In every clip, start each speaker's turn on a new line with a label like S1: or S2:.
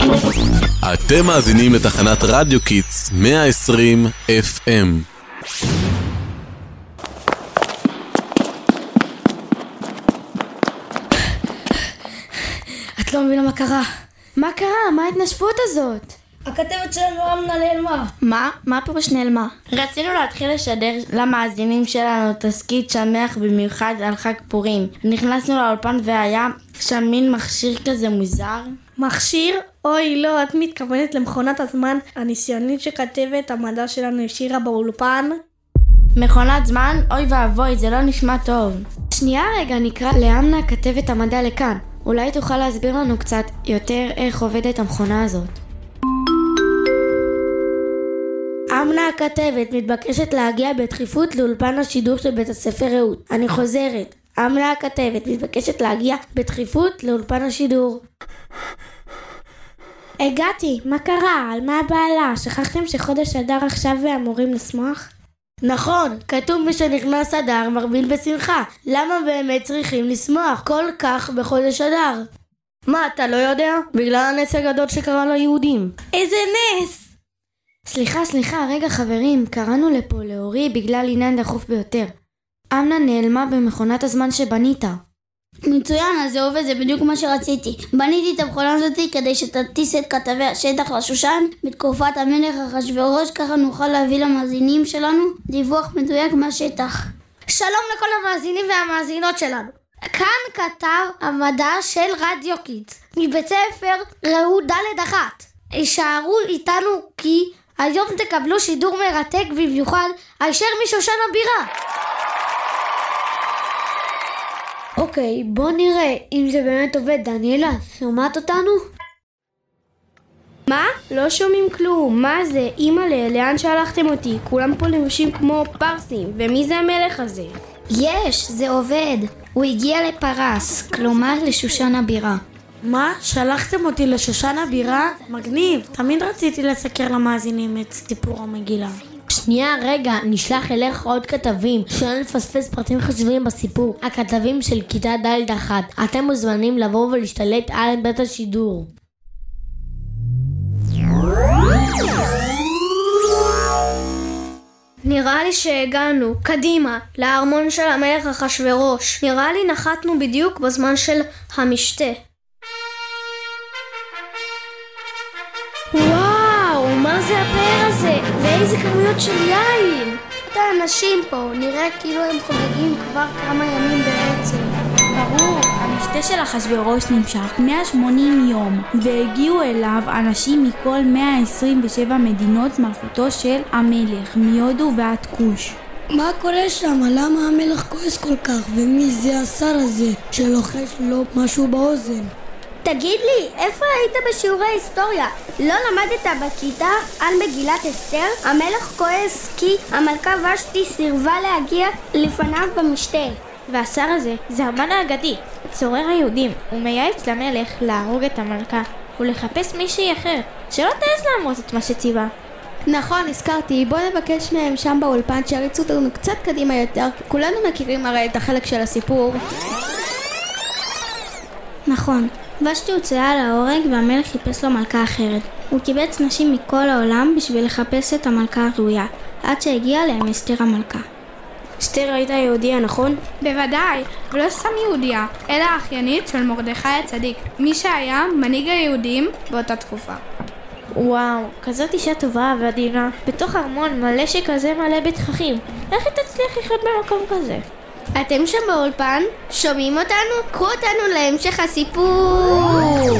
S1: אתם מאזינים לתחנת רדיו קיטס 120 FM.
S2: את לא מבינה מה קרה.
S3: מה קרה? מה ההתנשפות הזאת?
S2: הכתבת שלנו אמנה נעלמה.
S3: מה פירוש נעלמה?
S2: רצינו להתחיל לשדר למאזינים שלנו תסקית שמח במיוחד על חג פורים. נכנסנו לאולפן והיה שם מין מכשיר כזה מוזר.
S4: מכשיר? אוי לא, את מתכוונת למכונת הזמן הניסיונית שכתבת המדע שלנו השאירה באולפן?
S2: מכונת זמן? אוי ואבוי, זה לא נשמע טוב.
S3: שנייה רגע, נקרא לאמנה כתבת המדע לכאן. אולי תוכל להסביר לנו קצת יותר איך עובדת המכונה הזאת.
S4: אמנה הכתבת מתבקשת להגיע בדחיפות לאולפן השידור של בית הספר רעות. אני חוזרת. אמנה הכתבת מתבקשת להגיע בדחיפות לאולפן השידור. הגעתי, מה קרה? על מה הבעלה? שכחתם שחודש אדר עכשיו ואמורים לשמוח? נכון, כתוב משנכנס אדר מרבין בשמחה. למה באמת צריכים לשמוח כל כך בחודש אדר?
S2: מה, אתה לא יודע? בגלל הנס הגדול שקרה ליהודים.
S4: איזה נס!
S3: סליחה, רגע חברים, קראנו לפה לאורי בגלל עניין דחוף ביותר. אמנה נעלמה במכונת הזמן שבנית.
S5: מצוין, אז זה עובד, זה בדיוק מה שרציתי. בניתי את המכונה הזאת כדי שתטיס את כתבי השטח לשושן בתקופת המלך אחשוורוש, ככה נוכל להביא למאזינים שלנו דיווח מדויק מהשטח.
S4: שלום לכל המאזינים והמאזינות שלנו. כאן כתב המדע של רדיו קיטס מבית ספר רעות ד' 1. הישארו איתנו כי היום תקבלו שידור מרתק במיוחד הישר משושן הבירה. אוקיי, בוא נראה אם זה באמת עובד. דניאלה, שומעת אותנו? מה? לא שומעים כלום. מה זה? אמא'לה, לאן שלחתם אותי? כולם פה לבושים כמו פרסים. ומי זה המלך הזה?
S3: זה עובד. הוא הגיע לפרס, כלומר לשושן הבירה.
S4: מה? שלחתם אותי לשושן הבירה? מגניב. תמיד רציתי לסקר למאזינים את סיפור המגילה.
S2: שנייה, רגע, נשלח אליך עוד כתבים, שלא נפספס פרטים חשובים בסיפור. הכתבים של כיתה ד' 1. אתם מוזמנים לבוא ולהשתלט על בית השידור.
S4: נראה לי שהגענו, קדימה, לארמון של המלך אחשוורוש. נראה לי נחתנו בדיוק בזמן של המשתה. וואו, מה זה הפאר הזה? ואיזה כמויות של יין! את האנשים פה, נראה כאילו הם חוגגים כבר כמה ימים בעצם.
S6: ברור, המשתה של אחשוורוש נמשך 180 יום, והגיעו אליו אנשים מכל 127 מדינות מלכותו של המלך, מיודו ועד כוש.
S7: מה קורה שם? למה המלך כועס כל כך? ומי זה השר הזה שלוחש לו משהו באוזן?
S4: תגיד לי, איפה היית בשיעורי היסטוריה? לא למדת בכיתה על מגילת אסתר? המלך כועס כי המלכה ושתי סירבה להגיע לפניו במשתה.
S8: והשר הזה זה המן האגדי, צורר היהודים. הוא מייעץ למלך להרוג את המלכה ולחפש מישהי אחר שלא תעז לעמוד את מה שציווה.
S3: נכון, הזכרתי. בוא נבקש מהם שם באולפן שיריצו אותנו קצת קדימה יותר. כולנו מכירים הרי את החלק של הסיפור.
S5: נכון, ושתי הוצאה להורג והמלך חיפש לו מלכה אחרת. הוא קיבץ נשים מכל העולם בשביל לחפש את המלכה הראויה, עד שהגיעה להם אסתר המלכה.
S4: אסתר הייתה יהודיה, נכון?
S6: בוודאי, ולא סתם יהודיה, אלא האחיינית של מרדכי הצדיק, מי שהיה מנהיג היהודים באותה תקופה.
S8: וואו, כזאת אישה טובה ועדינה, בתוך ארמון מלא שכזה מלא בתככים. איך היא תצליח לחיות במקום כזה?
S4: אתם שם באולפן? שומעים אותנו? קחו אותנו להמשך הסיפור.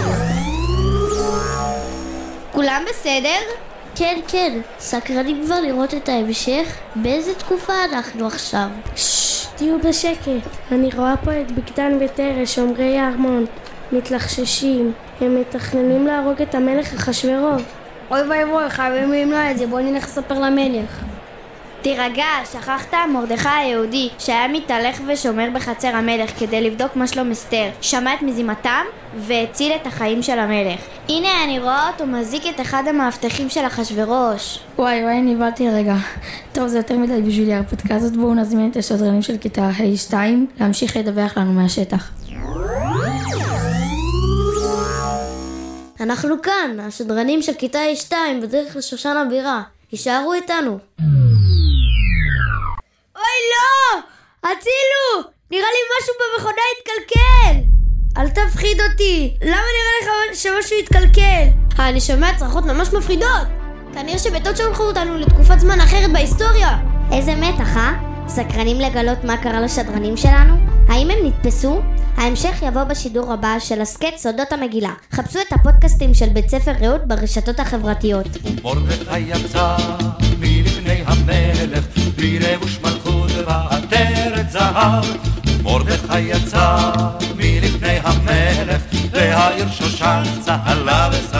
S4: כולם בסדר?
S5: כן, סקרנים כבר לראות את ההמשך? באיזה תקופה אנחנו עכשיו?
S4: תהיו בשקט. אני רואה פה את בגדן ותרש, שומרי הארמון, מתלחששים. הם מתכננים להרוג את המלך אחשוורוש.
S2: אוי ואבוי, חייבים למנוע את זה, בוא נלך לספר למלך.
S3: תירגע, שכחת? מרדכי היהודי שהיה מתהלך ושומר בחצר המלך כדי לבדוק מה שלום אסתר, שמע את מזימתם והציל את החיים של המלך. הנה אני רואה אותו מזיק את אחד המאבטחים של אחשוורוש.
S2: וואי, נבלתי רגע. טוב, זה יותר מדי בשבילי ההרפתקה הזאת. בואו נזמין את השדרנים של כיתה ה2 להמשיך לדווח לנו מהשטח. אנחנו כאן, השדרנים של כיתה 2 בדרך לשושן הבירה. יישארו איתנו.
S4: אוי לא! הצילו! נראה לי משהו במכונה התקלקל!
S2: אל תפחיד אותי!
S4: למה נראה לך שמשהו התקלקל?
S2: אני שומע צרחות ממש מפחידות! כנראה שבטעות שלחו אותנו לתקופת זמן אחרת בהיסטוריה!
S3: איזה מתח, סקרנים לגלות מה קרה לשדרנים שלנו? האם הם נתפסו? ההמשך יבוא בשידור הבא של הסקט סודות המגילה. חפשו את הפודקאסטים של בית ספר רעות ברשתות החברתיות.
S9: מרדכי יצא מלפני המלך בלי לבוש מלכות ועטרת זהב. מרדכי יצא מלפני המלך והעיר שושן צהלה ושמחה.